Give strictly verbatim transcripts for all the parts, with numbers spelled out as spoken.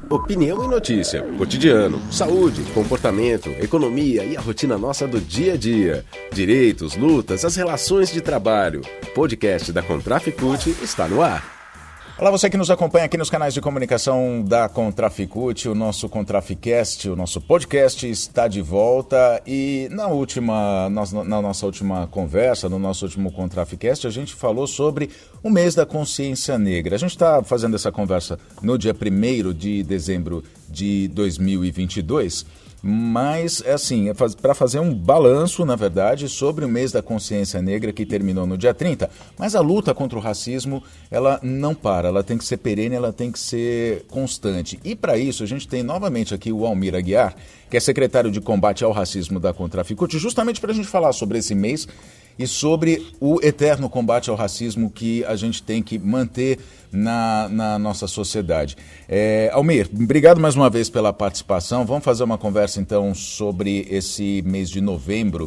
Opinião e notícia, cotidiano, saúde, comportamento, economia e a rotina nossa do dia a dia. Direitos, lutas, as relações de trabalho. O podcast da Contraficute está no ar. Olá, você que nos acompanha aqui nos canais de comunicação da Contraficute, o nosso Contraficast, o nosso podcast está de volta e na última, na nossa última conversa, no nosso último Contraficast, a gente falou sobre o mês da consciência negra. A gente está fazendo essa conversa no dia primeiro de dezembro de dois mil e vinte e dois, mas é assim, é faz, para fazer um balanço, na verdade, sobre o mês da consciência negra que terminou no dia trinta, mas a luta contra o racismo, ela não para, ela tem que ser perene, ela tem que ser constante. E para isso a gente tem novamente aqui o Almir Aguiar, que é secretário de combate ao racismo da Contraficute, justamente para a gente falar sobre esse mês e sobre o eterno combate ao racismo que a gente tem que manter na, na nossa sociedade. É, Almir, obrigado mais uma vez pela participação. Vamos fazer uma conversa então sobre esse mês de novembro,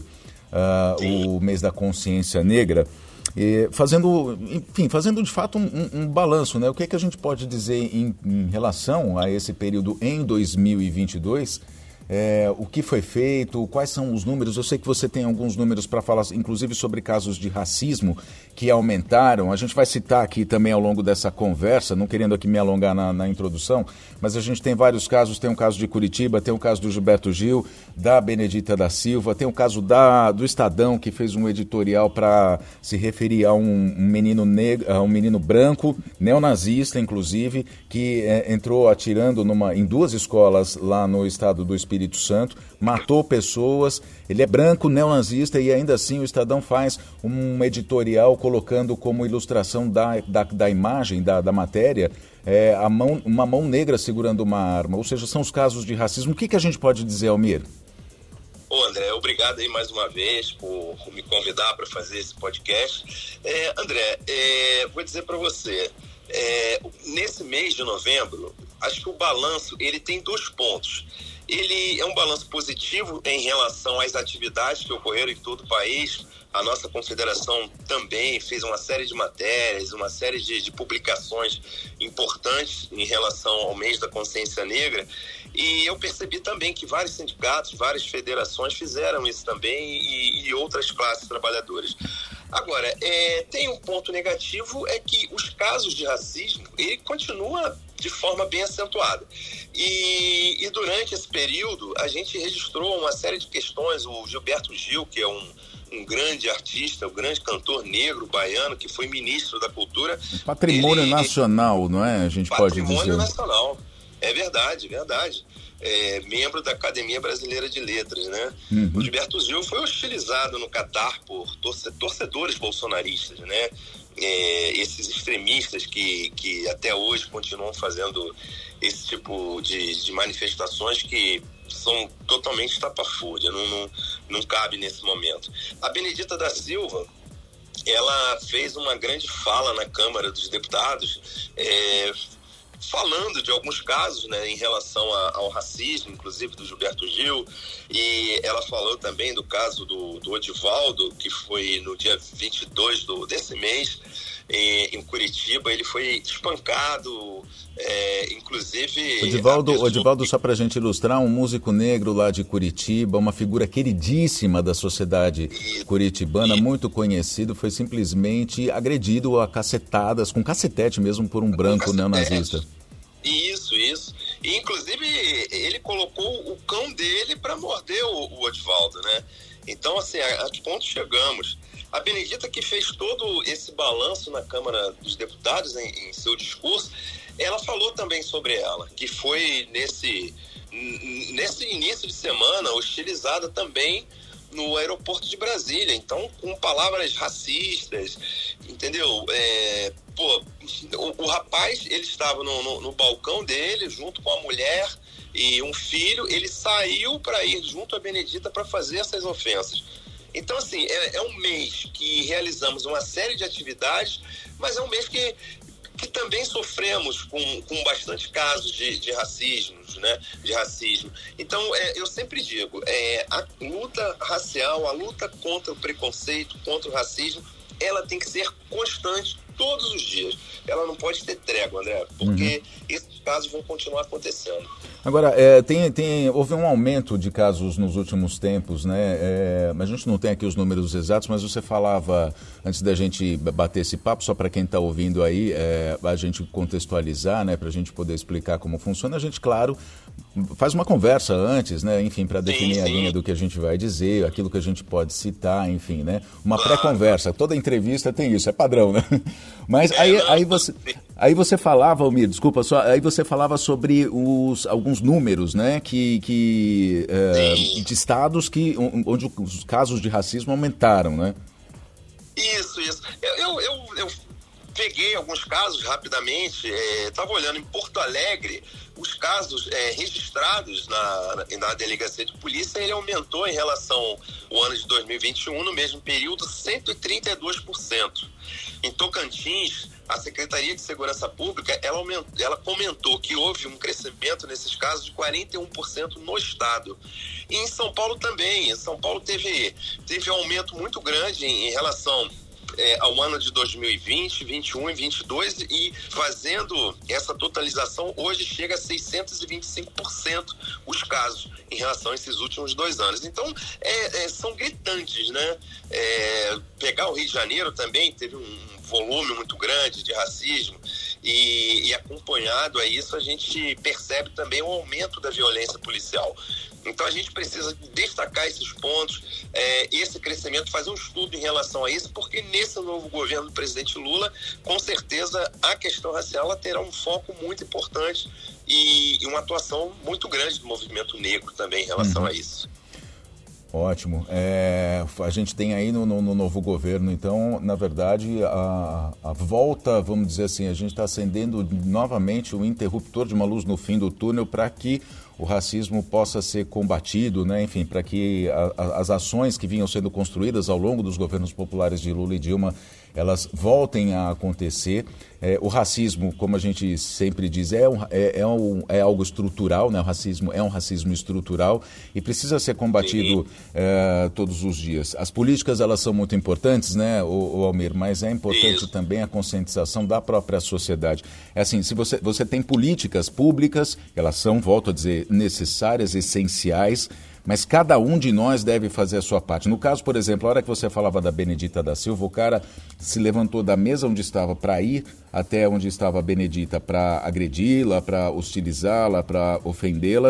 uh, o mês da consciência negra. E fazendo, enfim, fazendo de fato um, um, um balanço, né? O que é que a gente pode dizer em, em relação a esse período em dois mil e vinte e dois? É, o que foi feito, quais são os números? Eu sei que você tem alguns números para falar, inclusive sobre casos de racismo que aumentaram. A gente vai citar aqui também ao longo dessa conversa, não querendo aqui me alongar na, na introdução, mas a gente tem vários casos. Tem o caso de Curitiba, tem o caso do Gilberto Gil, da Benedita da Silva, tem o caso da, do Estadão, que fez um editorial para se referir a um, um menino negro, a um menino branco, neonazista inclusive, que é, entrou atirando numa, em duas escolas lá no estado do Espírito Espírito Santo, matou pessoas, ele é branco, neonazista e ainda assim o Estadão faz um editorial colocando como ilustração da, da, da imagem, da, da matéria, é, a mão, uma mão negra segurando uma arma, ou seja, são os casos de racismo. O que, que a gente pode dizer, Almir? Ô André, obrigado aí mais uma vez por me convidar para fazer esse podcast. É, André, é, vou dizer para você, é, nesse mês de novembro, acho que o balanço ele tem dois pontos. Ele é um balanço positivo em relação às atividades que ocorreram em todo o país. A nossa confederação também fez uma série de matérias, uma série de, de publicações importantes em relação ao mês da consciência negra. E eu percebi também que vários sindicatos, várias federações fizeram isso também e, e outras classes trabalhadoras. Agora, é, tem um ponto negativo, é que os casos de racismo, ele continua de forma bem acentuada. E, e durante esse período, a gente registrou uma série de questões. O Gilberto Gil, que é um, um grande artista, um grande cantor negro baiano, que foi ministro da Cultura. Patrimônio ele, nacional, não é? A gente pode dizer. Patrimônio nacional. É verdade, verdade. É, membro da Academia Brasileira de Letras, né? Uhum. O Gilberto Gil foi hostilizado no Catar por torce, torcedores bolsonaristas, né? É, esses extremistas que, que até hoje continuam fazendo esse tipo de, de manifestações que são totalmente estapafúrdia, não, não, não cabe nesse momento. A Benedita da Silva, ela fez uma grande fala na Câmara dos Deputados, é, falando de alguns casos, né, em relação a, ao racismo, inclusive do Gilberto Gil, e ela falou também do caso do, do Odivaldo, que foi no dia vinte e dois do, desse mês, em, em Curitiba. Ele foi espancado, é, inclusive... Odivaldo, pessoa... Odivaldo, só para a gente ilustrar, um músico negro lá de Curitiba, uma figura queridíssima da sociedade e, curitibana, e... muito conhecido, foi simplesmente agredido a cacetadas, com cacetete mesmo, por um branco neonazista. Isso, isso. E, inclusive, ele colocou o cão dele para morder o, o Odivaldo, né? Então, assim, a, a que ponto chegamos? A Benedita, que fez todo esse balanço na Câmara dos Deputados em, em seu discurso, ela falou também sobre ela, que foi nesse, nesse início de semana hostilizada também no aeroporto de Brasília, então com palavras racistas, entendeu? É, pô, o, o rapaz, ele estava no, no, no balcão dele, junto com a mulher e um filho, ele saiu para ir junto à Benedita para fazer essas ofensas. Então, assim, é, é um mês que realizamos uma série de atividades, mas é um mês que que também sofremos com, com bastante casos de, de racismo, né? De racismo. Então, é, eu sempre digo, é, a luta racial, a luta contra o preconceito, contra o racismo, ela tem que ser constante todos os dias. Ela não pode ter trégua, André, porque uhum. esses casos vão continuar acontecendo. Agora, é, tem, tem, houve um aumento de casos nos últimos tempos, né? É, a gente não tem aqui os números exatos, mas você falava, antes da gente bater esse papo, só para quem está ouvindo aí, é, a gente contextualizar, né? Para a gente poder explicar como funciona, a gente, claro, faz uma conversa antes, né? Enfim, para definir sim, sim. a linha do que a gente vai dizer, aquilo que a gente pode citar, enfim, né? Uma claro. pré-conversa, toda entrevista tem isso, é padrão, né? Mas é, aí, não, aí, você, aí você falava, Almir, desculpa, só, aí você falava sobre os, alguns números, né? Que, que, é, de estados que, onde os casos de racismo aumentaram, né? Isso, isso. Eu, eu, eu, eu peguei alguns casos rapidamente, estava é, olhando em Porto Alegre, os casos é, registrados na, na delegacia de polícia, ele aumentou em relação ao ano de dois mil e vinte e um, no mesmo período, cento e trinta e dois por cento. Em Tocantins, a Secretaria de Segurança Pública, ela, aumentou, ela comentou que houve um crescimento nesses casos de quarenta e um por cento no estado. E em São Paulo também. Em São Paulo teve, teve um aumento muito grande em, em relação É, ao ano de dois mil e vinte, vinte e um e vinte e dois, e fazendo essa totalização, hoje chega a seiscentos e vinte e cinco por cento os casos em relação a esses últimos dois anos. Então, é, é, são gritantes, né? É, pegar o Rio de Janeiro também teve um volume muito grande de racismo e, e acompanhado a isso, a gente percebe também o aumento da violência policial. Então a gente precisa destacar esses pontos, é, esse crescimento, fazer um estudo em relação a isso, porque nesse novo governo do presidente Lula, com certeza a questão racial ela terá um foco muito importante e, e uma atuação muito grande do movimento negro também em relação uhum. a isso. Ótimo. É, a gente tem aí no, no, no novo governo, então, na verdade, a, a volta, vamos dizer assim, a gente está acendendo novamente o interruptor de uma luz no fim do túnel para que o racismo possa ser combatido, né? Enfim, para que a, a, as ações que vinham sendo construídas ao longo dos governos populares de Lula e Dilma, elas voltem a acontecer. É, o racismo, como a gente sempre diz, é, um, é, é, um, é algo estrutural, né? O racismo é um racismo estrutural e precisa ser combatido é, todos os dias. As políticas, elas são muito importantes, né, o, o Almir, mas é importante Isso. também a conscientização da própria sociedade. É assim, se você, você tem políticas públicas, elas são, volto a dizer, necessárias, essenciais, mas cada um de nós deve fazer a sua parte. No caso, por exemplo, a hora que você falava da Benedita da Silva, o cara se levantou da mesa onde estava para ir até onde estava a Benedita para agredi-la, para hostilizá-la, para ofendê-la.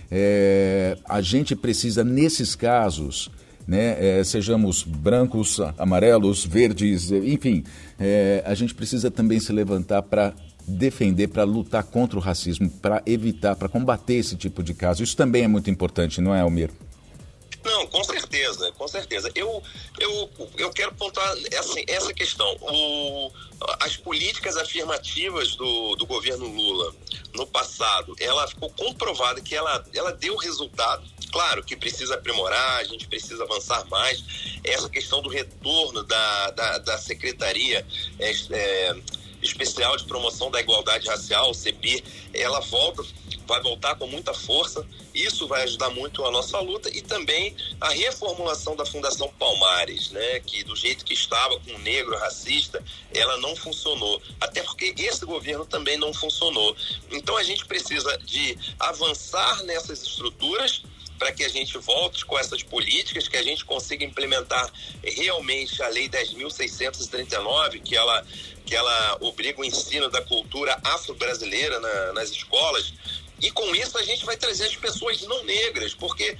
É, a gente precisa, nesses casos, né, é, sejamos brancos, amarelos, verdes, enfim, é, a gente precisa também se levantar para defender, para lutar contra o racismo, para evitar, para combater esse tipo de caso. Isso também é muito importante, não é, Almir? Não, com certeza, com certeza. Eu, eu, eu quero pontuar assim, essa questão. O, as políticas afirmativas do, do governo Lula no passado, ela ficou comprovada que ela, ela deu resultado. Claro que precisa aprimorar, a gente precisa avançar mais. Essa questão do retorno da, da, da Secretaria é, é, Especial de Promoção da Igualdade Racial, o C P I, ela volta, vai voltar com muita força. Isso vai ajudar muito a nossa luta e também a reformulação da Fundação Palmares, né, que do jeito que estava com o negro racista, ela não funcionou. Até porque esse governo também não funcionou. Então a gente precisa de avançar nessas estruturas para que a gente volte com essas políticas, que a gente consiga implementar realmente a Lei dez mil seiscentos e trinta e nove, que ela, que ela obriga o ensino da cultura afro-brasileira na, nas escolas. E com isso a gente vai trazer as pessoas não negras, porque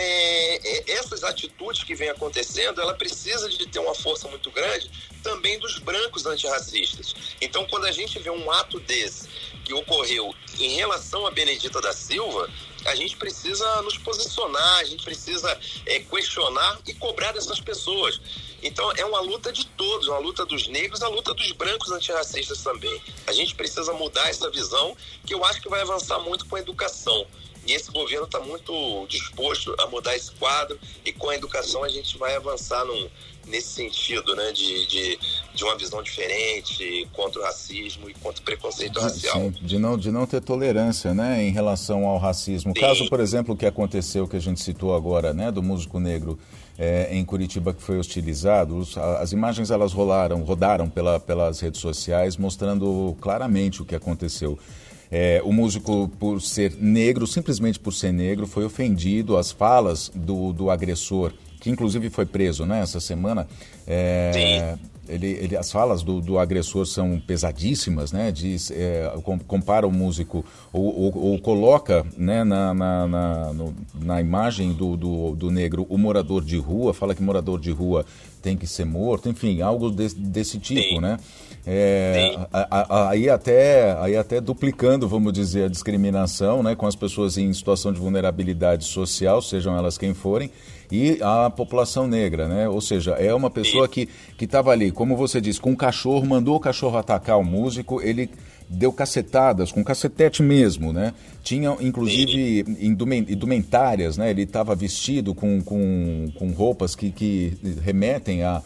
é, essas atitudes que vêm acontecendo, ela precisa de ter uma força muito grande também dos brancos antirracistas. Então, quando a gente vê um ato desse que ocorreu em relação a Benedita da Silva, a gente precisa nos posicionar, a gente precisa é, questionar e cobrar dessas pessoas. Então é uma luta de todos, uma luta dos negros, a luta dos brancos antirracistas também. A gente precisa mudar essa visão, que eu acho que vai avançar muito com a educação. E esse governo está muito disposto a mudar esse quadro, e com a educação a gente vai avançar num, nesse sentido, né, de, de, de uma visão diferente contra o racismo e contra o preconceito racial. Sim, de não, de não ter tolerância, né, em relação ao racismo. O caso, por exemplo, que aconteceu, que a gente citou agora, né, do músico negro é, em Curitiba que foi hostilizado, os, as imagens elas rolaram, rodaram pela, pelas redes sociais mostrando claramente o que aconteceu. É, o músico, por ser negro, simplesmente por ser negro, foi ofendido. As falas do, do agressor, que inclusive foi preso, né, essa semana, é, ele, ele, as falas do, do agressor são pesadíssimas, né, diz, é, compara o músico, ou, ou, ou coloca, né, na, na, na, no, na imagem do, do, do negro o morador de rua, fala que morador de rua tem que ser morto, enfim, algo de, desse tipo, Sim. né? É, a, a, aí, até, aí até duplicando, vamos dizer, a discriminação, né, com as pessoas em situação de vulnerabilidade social, sejam elas quem forem, e a população negra, né? Ou seja, é uma pessoa que que estava ali, como você disse, com um cachorro, mandou o cachorro atacar o músico, ele deu cacetadas, com cacetete mesmo, né? Tinha, inclusive, indumentárias, né? Ele estava vestido com, com, com roupas que, que remetem a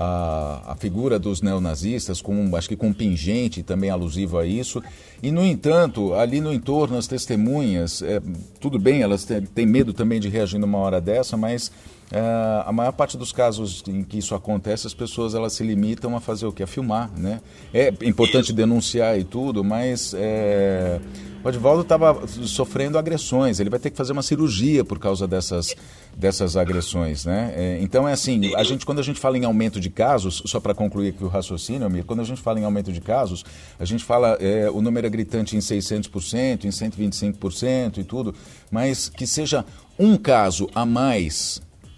A, a figura dos neonazistas, com, acho que com um pingente também alusivo a isso. E, no entanto, ali no entorno, as testemunhas, é, tudo bem, elas têm, têm medo também de reagir numa hora dessa, mas é, a maior parte dos casos em que isso acontece, as pessoas elas se limitam a fazer o quê? A filmar, né? É importante denunciar e tudo, mas é, o Edivaldo estava sofrendo agressões, ele vai ter que fazer uma cirurgia por causa dessas, dessas agressões, né? É, então é assim, a gente, quando a gente fala em aumento de casos, só para concluir aqui o raciocínio, amigo, quando a gente fala em aumento de casos, a gente fala, é, o número é gritante em seiscentos por cento, em cento e vinte e cinco por cento e tudo, mas que seja um caso a mais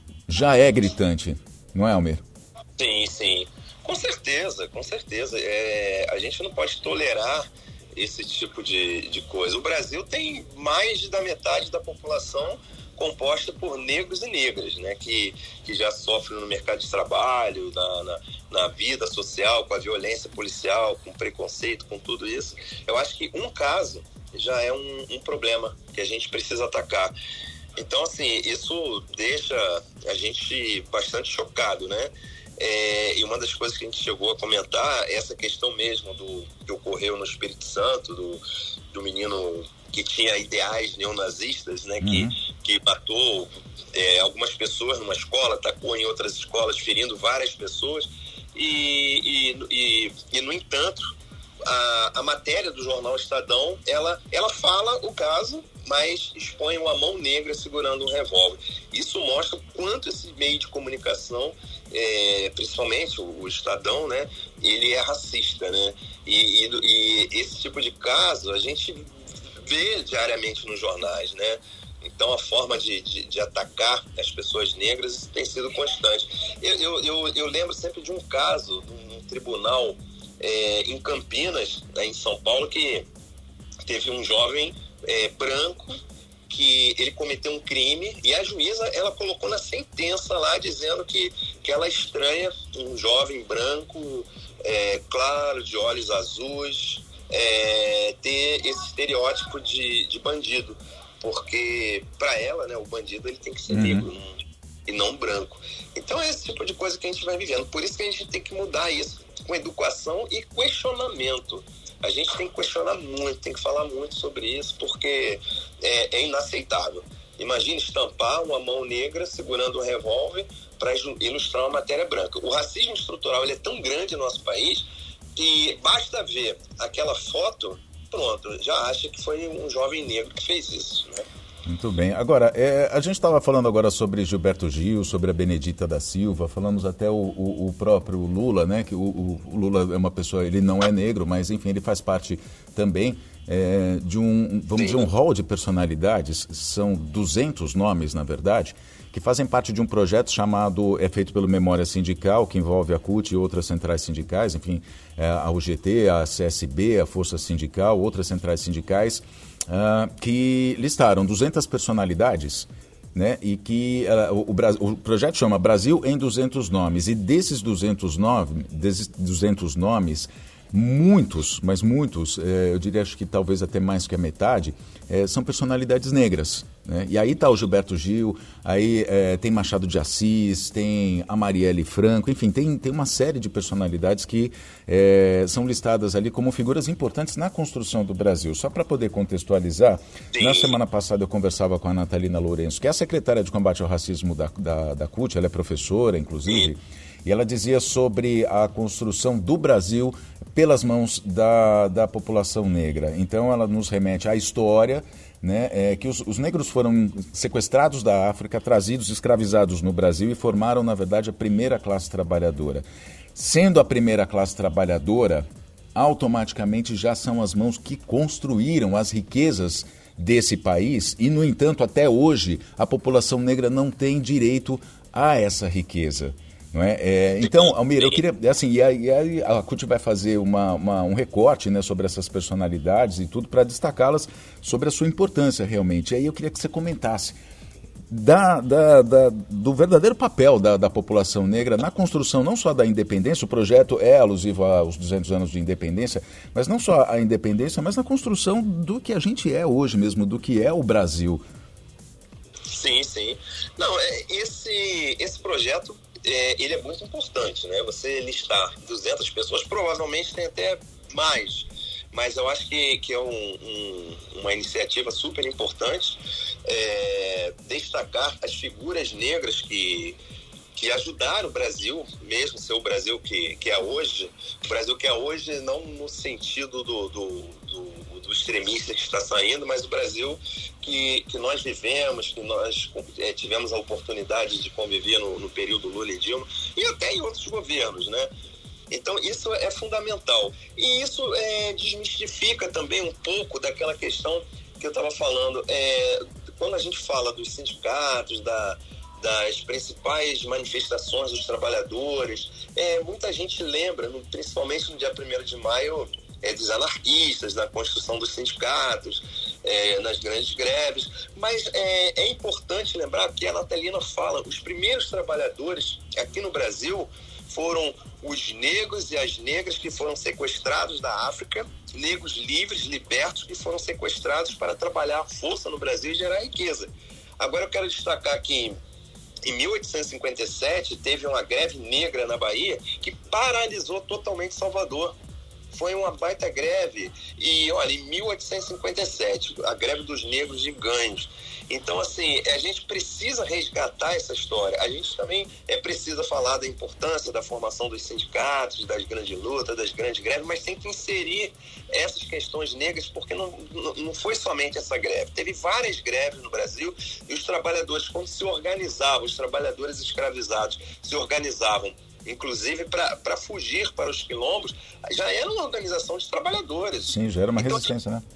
já é gritante, não é, Almir? Sim, sim, com certeza, com certeza. É, a gente não pode tolerar esse tipo de, de coisa. O Brasil tem mais da metade da população composta por negros e negras, né, que, que já sofrem no mercado de trabalho, na, na, na vida social, com a violência policial, com preconceito, com tudo isso. Eu acho que um caso já é um, um problema que a gente precisa atacar. Então, assim, isso deixa a gente bastante chocado, né? É, e uma das coisas que a gente chegou a comentar é essa questão mesmo do que ocorreu no Espírito Santo, do, do menino que tinha ideais neonazistas, né, uhum. que, que matou é, algumas pessoas numa escola, atacou em outras escolas, ferindo várias pessoas, e, e, e, e no entanto, a, a matéria do jornal Estadão, ela, ela fala o caso, mas expõe uma mão negra segurando um revólver. Isso mostra o quanto esse meio de comunicação, é, principalmente o, o Estadão, né, ele é racista, né? E, e, e esse tipo de caso a gente vê diariamente nos jornais, né? Então a forma de, de, de atacar as pessoas negras tem sido constante. Eu, eu, eu, eu lembro sempre de um caso, de um tribunal é, em Campinas, né, em São Paulo, que teve um jovem É, branco, que ele cometeu um crime, e a juíza ela colocou na sentença lá dizendo que, que ela estranha um jovem branco, é, claro, de olhos azuis, é, ter esse estereótipo de, de bandido, porque para ela, né, o bandido ele tem que ser uhum. negro não, e não branco. Então é esse tipo de coisa que a gente vai vivendo, por isso que a gente tem que mudar isso com educação e questionamento. A gente tem que questionar muito, tem que falar muito sobre isso, porque é, é inaceitável. Imagine estampar uma mão negra segurando um revólver para ilustrar uma matéria branca. O racismo estrutural ele é tão grande no nosso país que basta ver aquela foto, pronto, já acha que foi um jovem negro que fez isso, né? Muito bem. Agora, é, a gente estava falando agora sobre Gilberto Gil, sobre a Benedita da Silva, falamos até o, o, o próprio Lula, né? Que o, o, o Lula é uma pessoa, ele não é negro, mas enfim, ele faz parte também é, de um, vamos dizer, um hall de personalidades, são duzentos nomes, na verdade, que fazem parte de um projeto chamado, é feito pelo Memória Sindical, que envolve a C U T e outras centrais sindicais, enfim, é, a U G T, a C S B, a Força Sindical, outras centrais sindicais, Uh, que listaram duzentas personalidades, né, e que uh, o, o, o projeto chama Brasil em duzentos nomes, e desses duzentos, nove, desses duzentos nomes, muitos, mas muitos, eh, eu diria acho que talvez até mais que a metade, eh, são personalidades negras, Né? E aí está o Gilberto Gil, aí é, tem Machado de Assis, tem a Marielle Franco, enfim, tem, tem uma série de personalidades que é, são listadas ali como figuras importantes na construção do Brasil. Só para poder contextualizar, Sim. na semana passada eu conversava com a Natalina Lourenço, que é a secretária de combate ao racismo da, da, da C U T, ela é professora, inclusive, Sim. e ela dizia sobre a construção do Brasil pelas mãos da, da população negra. Então ela nos remete à história, né, é, que os, os negros foram sequestrados da África, trazidos, escravizados no Brasil e formaram, na verdade, a primeira classe trabalhadora. Sendo a primeira classe trabalhadora, automaticamente já são as mãos que construíram as riquezas desse país e, no entanto, até hoje, a população negra não tem direito a essa riqueza. Não é? É, então, Almir, eu queria, assim, e aí, e aí a C U T vai fazer uma, uma, um recorte, né, sobre essas personalidades e tudo para destacá-las sobre a sua importância realmente. E aí eu queria que você comentasse da, da, da, do verdadeiro papel da, da população negra na construção não só da independência, o projeto é alusivo aos duzentos anos de independência, mas não só a independência, mas na construção do que a gente é hoje mesmo, do que é o Brasil. Sim, sim. Não, esse, esse projeto É, ele é muito importante, né? Você listar duzentas pessoas, provavelmente tem até mais, mas eu acho que, que é um, um, uma iniciativa super importante, é, destacar as figuras negras que, que ajudaram o Brasil, mesmo ser o Brasil que, que é hoje, o Brasil que é hoje não no sentido do, do, do do extremista que está saindo, mas o Brasil que, que nós vivemos, que nós é, tivemos a oportunidade de conviver no, no período Lula e Dilma, e até em outros governos, né? Então, isso é fundamental. E isso é, desmistifica também um pouco daquela questão que eu estava falando. É, quando a gente fala dos sindicatos, da, das principais manifestações dos trabalhadores, é, muita gente lembra, no, principalmente no dia primeiro de maio, É, dos anarquistas, na construção dos sindicatos, é, nas grandes greves, mas é, é importante lembrar que a Natalina fala, os primeiros trabalhadores aqui no Brasil foram os negros e as negras que foram sequestrados da África, negros livres, libertos, que foram sequestrados para trabalhar à força no Brasil e gerar riqueza. Agora eu quero destacar que em mil oitocentos e cinquenta e sete teve uma greve negra na Bahia que paralisou totalmente Salvador. Foi uma baita greve, e olha, em mil oitocentos e cinquenta e sete, a greve dos negros de Ganhos. Então, assim, a gente precisa resgatar essa história, a gente também é, precisa falar da importância da formação dos sindicatos, das grandes lutas, das grandes greves, mas tem que inserir essas questões negras, porque não, não foi somente essa greve, teve várias greves no Brasil, e os trabalhadores, quando se organizavam, os trabalhadores escravizados se organizavam, inclusive para fugir para os quilombos, já era uma organização de trabalhadores. Sim, já era uma então, resistência, né?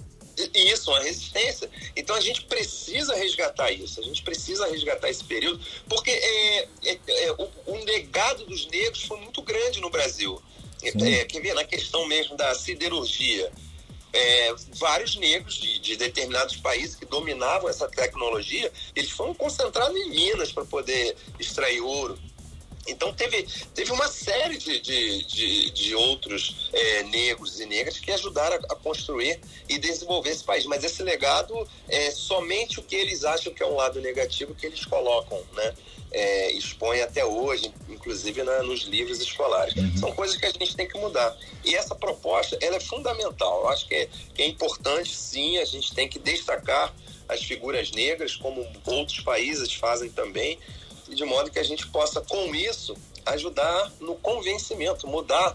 Isso, uma resistência. Então a gente precisa resgatar isso, a gente precisa resgatar esse período, porque é, é, é, o, o legado dos negros foi muito grande no Brasil. É, quer ver, na questão mesmo da siderurgia, é, vários negros de, de determinados países que dominavam essa tecnologia, eles foram concentrados em minas para poder extrair ouro. Então teve, teve uma série de, de, de, de outros é, negros e negras que ajudaram a, a construir e desenvolver esse país. Mas esse legado é somente o que eles acham que é um lado negativo que eles colocam, né? É, expõem até hoje, inclusive na, nos livros escolares. Uhum. São coisas que a gente tem que mudar. E essa proposta, ela é fundamental. Eu acho que é, que é importante, sim, a gente tem que destacar as figuras negras, como outros países fazem também, de modo que a gente possa, com isso, ajudar no convencimento, mudar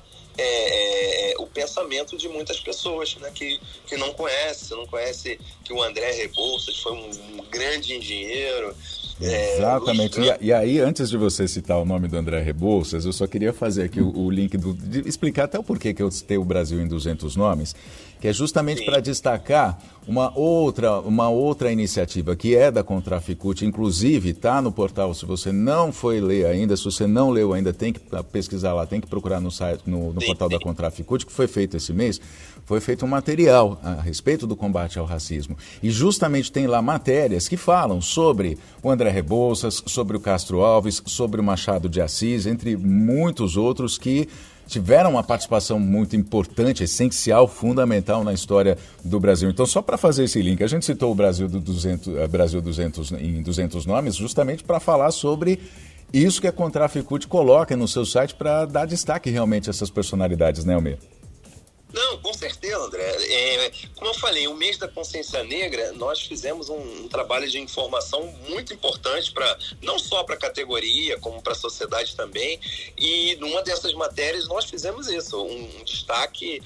é, é, o pensamento de muitas pessoas, né, que, que não conhecem, não conhecem que o André Rebouças foi um, um grande engenheiro. Exatamente. É, e, e aí, antes de você citar o nome do André Rebouças, eu só queria fazer aqui o, o link, do, de explicar até o porquê que eu citei o Brasil em duzentos nomes, que é justamente para destacar uma outra, uma outra iniciativa que é da Contraficute, inclusive está no portal, se você não foi ler ainda, se você não leu ainda, tem que pesquisar lá, tem que procurar no site, no, no portal da Contraficute, que foi feito esse mês, foi feito um material a respeito do combate ao racismo. E justamente tem lá matérias que falam sobre o André Rebouças, sobre o Castro Alves, sobre o Machado de Assis, entre muitos outros que tiveram uma participação muito importante, essencial, fundamental na história do Brasil. Então, só para fazer esse link, a gente citou o Brasil, do duzentos, Brasil duzentos, em duzentos nomes, justamente para falar sobre isso que a Contraficute coloca no seu site para dar destaque realmente a essas personalidades, né, Almir? Não, com certeza, André. É, como eu falei, o mês da consciência negra, nós fizemos um, um trabalho de informação muito importante, pra, não só para a categoria, como para a sociedade também. E numa dessas matérias nós fizemos isso, um, um destaque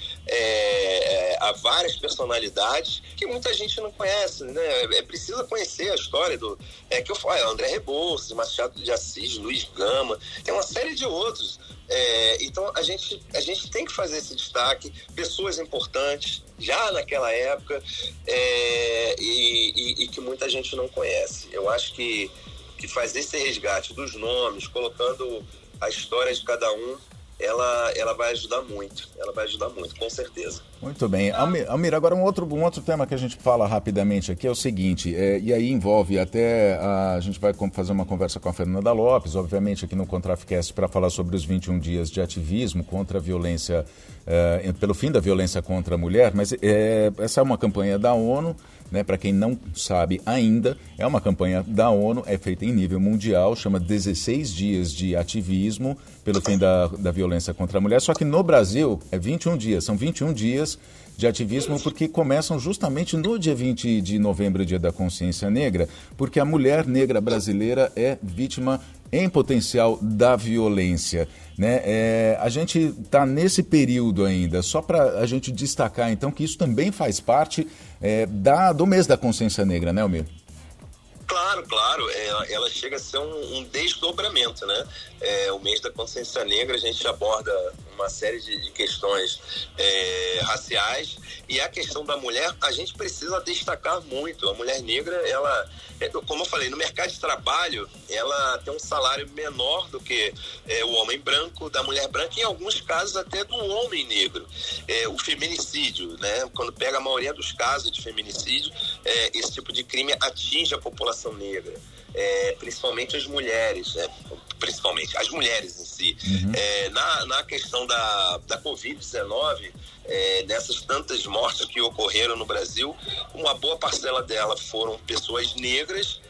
é, a várias personalidades que muita gente não conhece, né? É preciso conhecer a história do... É, que eu falo, André Rebouças, Machado de Assis, Luiz Gama, tem uma série de outros. É, então a gente, a gente tem que fazer esse destaque, pessoas importantes já naquela época é, e, e, e que muita gente não conhece. Eu acho que, que fazer esse resgate dos nomes, colocando a história de cada um, ela, ela vai ajudar muito, ela vai ajudar muito, com certeza. Muito bem. Almir, Almir, agora um outro, um outro tema que a gente fala rapidamente aqui é o seguinte, é, e aí envolve até, a, a gente vai fazer uma conversa com a Fernanda Lopes, obviamente aqui no Contraficast, para falar sobre os vinte e um dias de ativismo contra a violência, é, pelo fim da violência contra a mulher, mas é, essa é uma campanha da ONU, né, para quem não sabe ainda, é uma campanha da ONU, é feita em nível mundial, chama dezesseis dias de ativismo pelo fim da, da violência contra a mulher, só que no Brasil é vinte e um dias, são vinte e um dias de ativismo porque começam justamente no dia vinte de novembro, dia da consciência negra, porque a mulher negra brasileira é vítima em potencial da violência, né? É, a gente está nesse período ainda, só para a gente destacar então que isso também faz parte é, da, do mês da consciência negra, né, Almir? Claro, claro, é, ela chega a ser um, um desdobramento, né? É, o mês da consciência negra a gente aborda uma série de, de questões é, raciais e a questão da mulher a gente precisa destacar muito. A mulher negra, ela, como eu falei, no mercado de trabalho ela tem um salário menor do que é, o homem branco, da mulher branca e em alguns casos até do homem negro. É, o feminicídio, né? Quando pega a maioria dos casos de feminicídio, é, esse tipo de crime atinge a população negra, é, principalmente as mulheres, né? Principalmente as mulheres em si. Uhum. É, na, na questão da, da covid dezenove, é, dessas tantas mortes que ocorreram no Brasil, uma boa parcela delas foram pessoas negras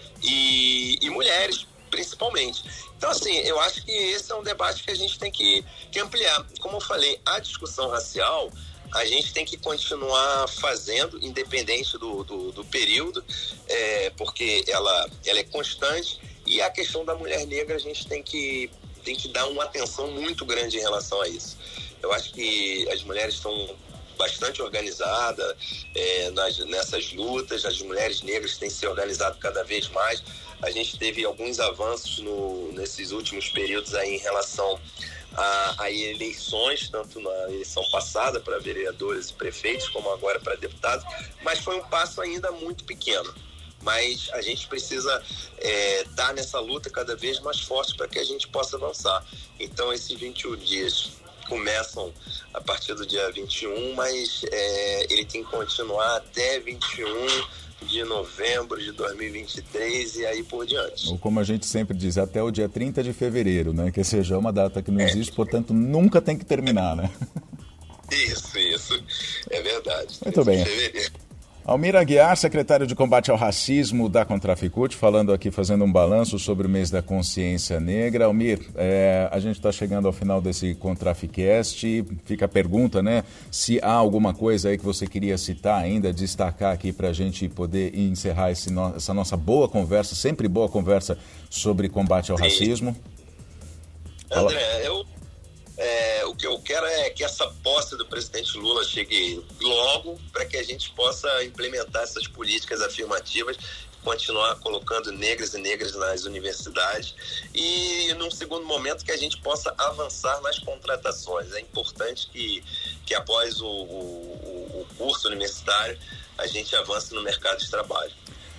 e, e mulheres, principalmente. Então, assim, eu acho que esse é um debate que a gente tem que, que ampliar. Como eu falei, a discussão racial a gente tem que continuar fazendo, independente do, do, do período, é, porque ela, ela é constante, e a questão da mulher negra a gente tem que, tem que dar uma atenção muito grande em relação a isso. Eu acho que as mulheres estão bastante organizadas é, nas, nessas lutas, as mulheres negras têm se organizado cada vez mais. A gente teve alguns avanços no, nesses últimos períodos aí em relação a, a eleições, tanto na eleição passada para vereadores e prefeitos, como agora para deputados, mas foi um passo ainda muito pequeno. Mas a gente precisa é, estar nessa luta cada vez mais forte para que a gente possa avançar. Então, esses vinte e um dias começam a partir do dia vinte e um, mas é, ele tem que continuar até vinte e um de novembro de dois mil e vinte e três e aí por diante. Ou como a gente sempre diz, até o dia trinta de fevereiro, né? Que seja uma data que não existe, é. Portanto, nunca tem que terminar, né? Isso, isso. É verdade. Muito bem. Almir Aguiar, secretário de Combate ao Racismo da Contraficute, falando aqui, fazendo um balanço sobre o mês da consciência negra. Almir, é, a gente está chegando ao final desse Contraficast. Fica a pergunta, né? Se há alguma coisa aí que você queria citar ainda, destacar aqui para a gente poder encerrar esse no, essa nossa boa conversa, sempre boa conversa sobre combate ao Sim. racismo. Fala. André, eu... É, o que eu quero é que essa posse do presidente Lula chegue logo para que a gente possa implementar essas políticas afirmativas, continuar colocando negros e negras nas universidades e, num segundo momento, que a gente possa avançar nas contratações. É importante que, que após o, o, o curso universitário, a gente avance no mercado de trabalho.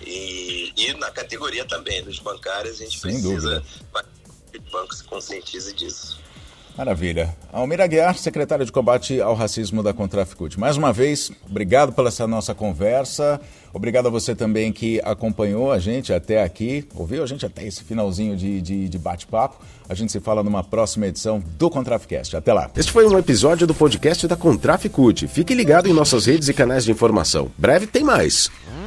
E, e na categoria também, nos bancários, a gente Sem precisa dúvida. que o banco se conscientize disso. Maravilha. Almira Aguiar, secretária de combate ao racismo da Contraficute. Mais uma vez, obrigado pela essa nossa conversa. Obrigado a você também que acompanhou a gente até aqui, ouviu a gente até esse finalzinho de, de, de bate-papo. A gente se fala numa próxima edição do Contraficast. Até lá. Este foi um episódio do podcast da Contraficute. Fique ligado em nossas redes e canais de informação. Breve tem mais.